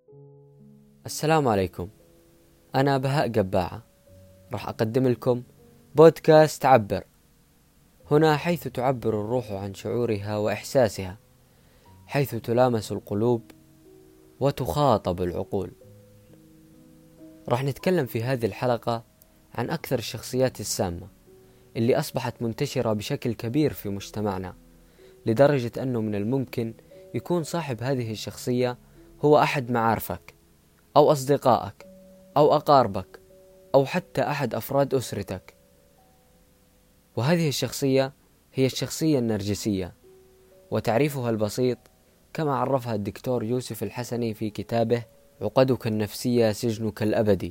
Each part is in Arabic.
السلام عليكم. أنا بهاء قباعة، راح أقدم لكم بودكاست عبر. هنا حيث تعبر الروح عن شعورها وإحساسها، حيث تلامس القلوب وتخاطب العقول. راح نتكلم في هذه الحلقة عن أكثر الشخصيات السامة اللي أصبحت منتشرة بشكل كبير في مجتمعنا، لدرجة أنه من الممكن يكون صاحب هذه الشخصية هو أحد معارفك أو أصدقائك أو أقاربك أو حتى أحد أفراد أسرتك. وهذه الشخصية هي الشخصية النرجسية، وتعريفها البسيط كما عرفها الدكتور يوسف الحسني في كتابه عقدك النفسية سجنك الأبدي،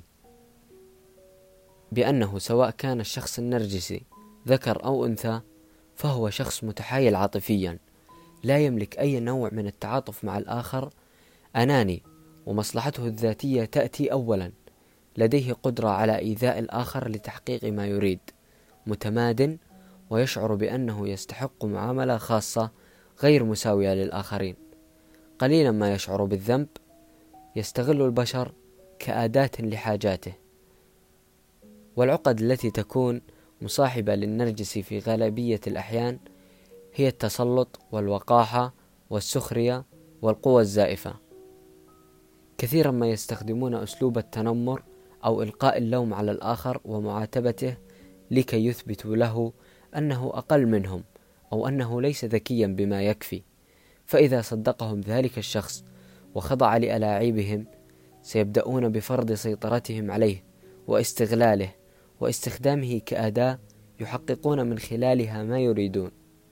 بأنه سواء كان الشخص النرجسي ذكر أو أنثى فهو شخص متحايل عاطفيا، لا يملك أي نوع من التعاطف مع الآخر، أناني ومصلحته الذاتية تأتي أولا، لديه قدرة على إيذاء الآخر لتحقيق ما يريد، متمادن ويشعر بأنه يستحق معاملة خاصة غير مساوية للآخرين، قليلا ما يشعر بالذنب، يستغل البشر كأداة لحاجاته. والعقد التي تكون مصاحبة للنرجسي في غالبية الأحيان هي التسلط والوقاحة والسخرية والقوة الزائفة. كثيرا ما يستخدمون أسلوب التنمر أو إلقاء اللوم على الآخر ومعاتبته لكي يثبتوا له أنه أقل منهم أو أنه ليس ذكيا بما يكفي، فإذا صدقهم ذلك الشخص وخضع لألاعيبهم سيبدأون بفرض سيطرتهم عليه واستغلاله واستخدامه كأداة يحققون من خلالها ما يريدون.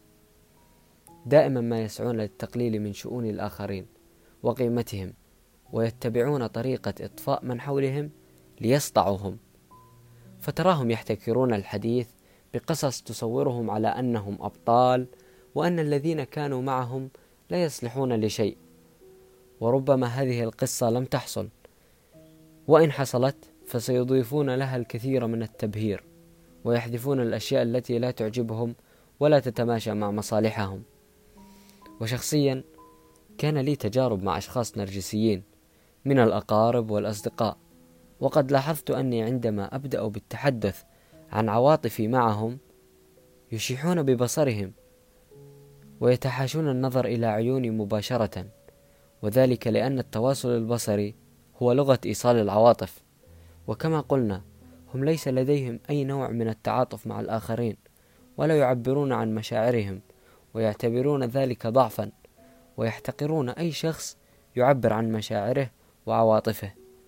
دائما ما يسعون للتقليل من شؤون الآخرين وقيمتهم، ويتبعون طريقة إطفاء من حولهم ليسطعوهم، فتراهم يحتكرون الحديث بقصص تصورهم على أنهم أبطال وأن الذين كانوا معهم لا يصلحون لشيء، وربما هذه القصة لم تحصل، وإن حصلت فسيضيفون لها الكثير من التبهير ويحذفون الأشياء التي لا تعجبهم ولا تتماشى مع مصالحهم. وشخصيا كان لي تجارب مع أشخاص نرجسيين من الأقارب والأصدقاء، وقد لاحظت أني عندما أبدأ بالتحدث عن عواطفي معهم يشيحون ببصرهم ويتحاشون النظر إلى عيوني مباشرة، وذلك لأن التواصل البصري هو لغة إيصال العواطف، وكما قلنا هم ليس لديهم أي نوع من التعاطف مع الآخرين ولا يعبرون عن مشاعرهم، ويعتبرون ذلك ضعفا، ويحتقرون أي شخص يعبر عن مشاعره وعواطفه.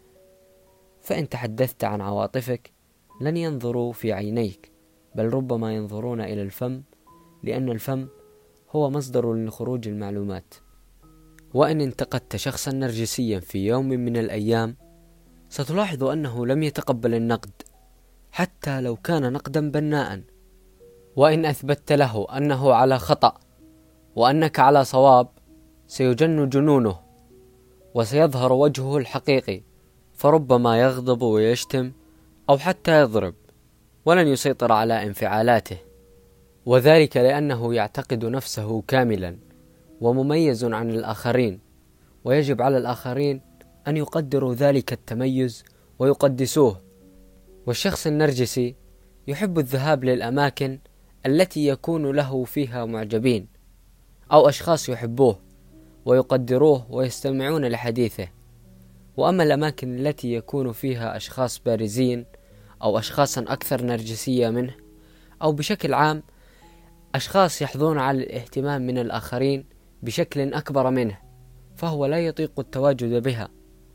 فإن تحدثت عن عواطفك لن ينظروا في عينيك، بل ربما ينظرون إلى الفم، لأن الفم هو مصدر لخروج المعلومات. وإن انتقدت شخصا نرجسيا في يوم من الأيام ستلاحظ أنه لم يتقبل النقد حتى لو كان نقدا بناء، وإن أثبتت له أنه على خطأ وأنك على صواب سيجن جنونه وسيظهر وجهه الحقيقي، فربما يغضب ويشتم أو حتى يضرب، ولن يسيطر على انفعالاته، وذلك لأنه يعتقد نفسه كاملا ومميز عن الآخرين، ويجب على الآخرين أن يقدروا ذلك التميز ويقدسوه. والشخص النرجسي يحب الذهاب للأماكن التي يكون له فيها معجبين أو أشخاص يحبوه ويقدروه ويستمعون لحديثه، وأما الأماكن التي يكون فيها أشخاص بارزين أو أشخاصا أكثر نرجسية منه، أو بشكل عام أشخاص يحظون على الاهتمام من الآخرين بشكل أكبر منه، فهو لا يطيق التواجد بها،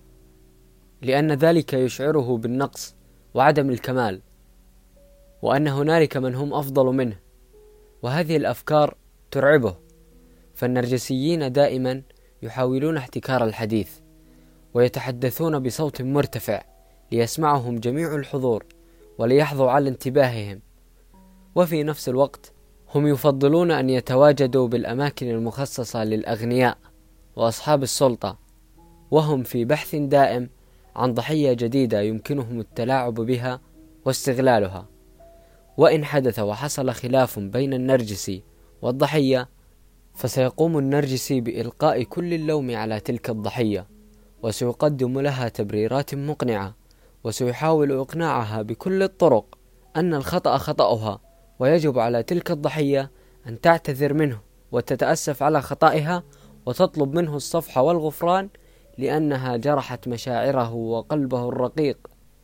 لأن ذلك يشعره بالنقص وعدم الكمال، وأن هنالك من هم أفضل منه، وهذه الأفكار ترعبه. فالنرجسيين دائما يحاولون احتكار الحديث ويتحدثون بصوت مرتفع ليسمعهم جميع الحضور وليحظوا على انتباههم، وفي نفس الوقت هم يفضلون أن يتواجدوا بالأماكن المخصصة للأغنياء وأصحاب السلطة، وهم في بحث دائم عن ضحية جديدة يمكنهم التلاعب بها واستغلالها. وإن حدث وحصل خلاف بين النرجسي والضحية فسيقوم النرجسي بإلقاء كل اللوم على تلك الضحية، وسيقدم لها تبريرات مقنعة، وسيحاول إقناعها بكل الطرق أن الخطأ خطأها، ويجب على تلك الضحية أن تعتذر منه وتتأسف على خطئها وتطلب منه الصفح والغفران لأنها جرحت مشاعره وقلبه الرقيق.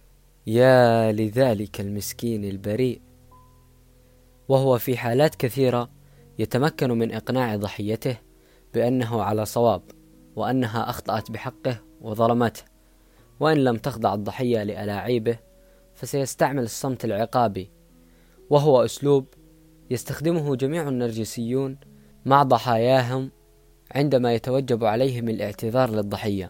يا لذلك المسكين البريء. وهو في حالات كثيرة يتمكن من إقناع ضحيته بأنه على صواب، وأنها أخطأت بحقه وظلمته، وإن لم تخضع الضحية لألاعيبه فسيستعمل الصمت العقابي، وهو أسلوب يستخدمه جميع النرجسيون مع ضحاياهم عندما يتوجب عليهم الاعتذار للضحية.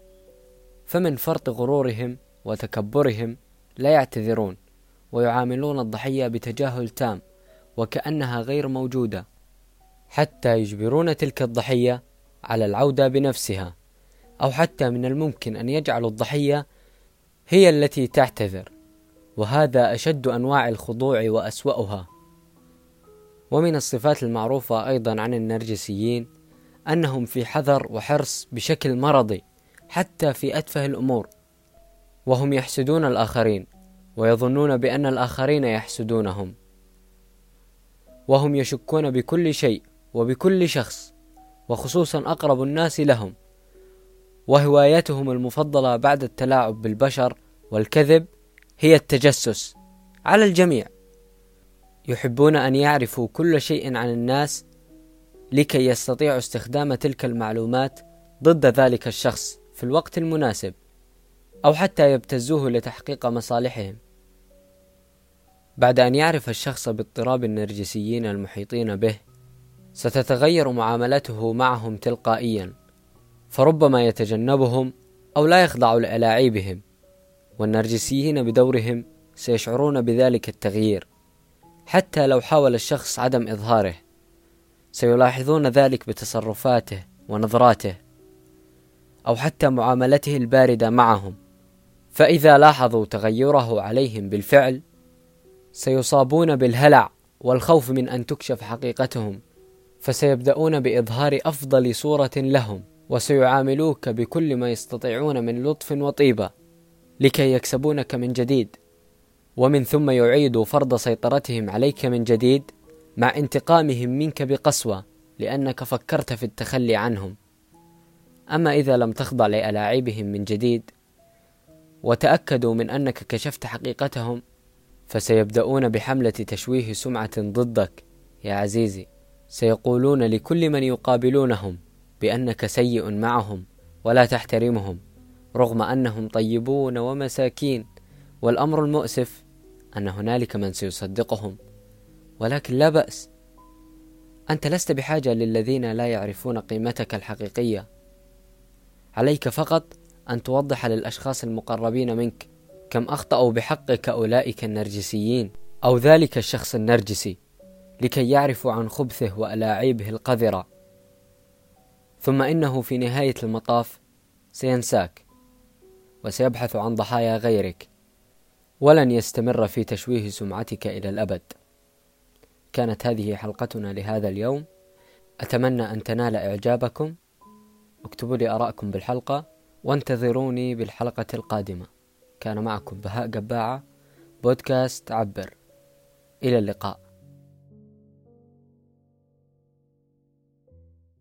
فمن فرط غرورهم وتكبرهم لا يعتذرون، ويعاملون الضحية بتجاهل تام وكأنها غير موجودة، حتى يجبرون تلك الضحية على العودة بنفسها، أو حتى من الممكن أن يجعلوا الضحية هي التي تعتذر، وهذا أشد أنواع الخضوع وأسوأها. ومن الصفات المعروفة أيضا عن النرجسيين أنهم في حذر وحرص بشكل مرضي حتى في أتفه الأمور، وهم يحسدون الآخرين ويظنون بأن الآخرين يحسدونهم، وهم يشكون بكل شيء وبكل شخص، وخصوصا أقرب الناس لهم، وهوايتهم المفضلة بعد التلاعب بالبشر والكذب هي التجسس على الجميع. يحبون أن يعرفوا كل شيء عن الناس لكي يستطيعوا استخدام تلك المعلومات ضد ذلك الشخص في الوقت المناسب، أو حتى يبتزوه لتحقيق مصالحهم. بعد أن يعرف الشخص باضطراب النرجسيين المحيطين به ستتغير معاملته معهم تلقائيا، فربما يتجنبهم أو لا يخضع لألاعيبهم، والنرجسيين بدورهم سيشعرون بذلك التغيير حتى لو حاول الشخص عدم إظهاره، سيلاحظون ذلك بتصرفاته ونظراته أو حتى معاملته الباردة معهم، فإذا لاحظوا تغيره عليهم بالفعل سيصابون بالهلع والخوف من أن تكشف حقيقتهم، فسيبدأون بإظهار أفضل صورة لهم، وسيعاملوك بكل ما يستطيعون من لطف وطيبة لكي يكسبونك من جديد، ومن ثم يعيدوا فرض سيطرتهم عليك من جديد مع انتقامهم منك بقسوة لأنك فكرت في التخلي عنهم. أما إذا لم تخضع لألاعيبهم من جديد وتأكدوا من أنك كشفت حقيقتهم فسيبدأون بحملة تشويه سمعة ضدك يا عزيزي، سيقولون لكل من يقابلونهم بأنك سيء معهم ولا تحترمهم رغم أنهم طيبون ومساكين، والأمر المؤسف أن هنالك من سيصدقهم، ولكن لا بأس، أنت لست بحاجة للذين لا يعرفون قيمتك الحقيقية، عليك فقط أن توضح للأشخاص المقربين منك كم أخطأوا بحقك أولئك النرجسيين أو ذلك الشخص النرجسي لكي يعرفوا عن خبثه وألاعيبه القذرة، ثم إنه في نهاية المطاف سينساك وسيبحث عن ضحايا غيرك، ولن يستمر في تشويه سمعتك إلى الأبد. كانت هذه حلقتنا لهذا اليوم، أتمنى أن تنال إعجابكم. اكتبوا لي آراءكم بالحلقة وانتظروني بالحلقة القادمة. كان معكم بهاء قباعة، بودكاست عبر. إلى اللقاء.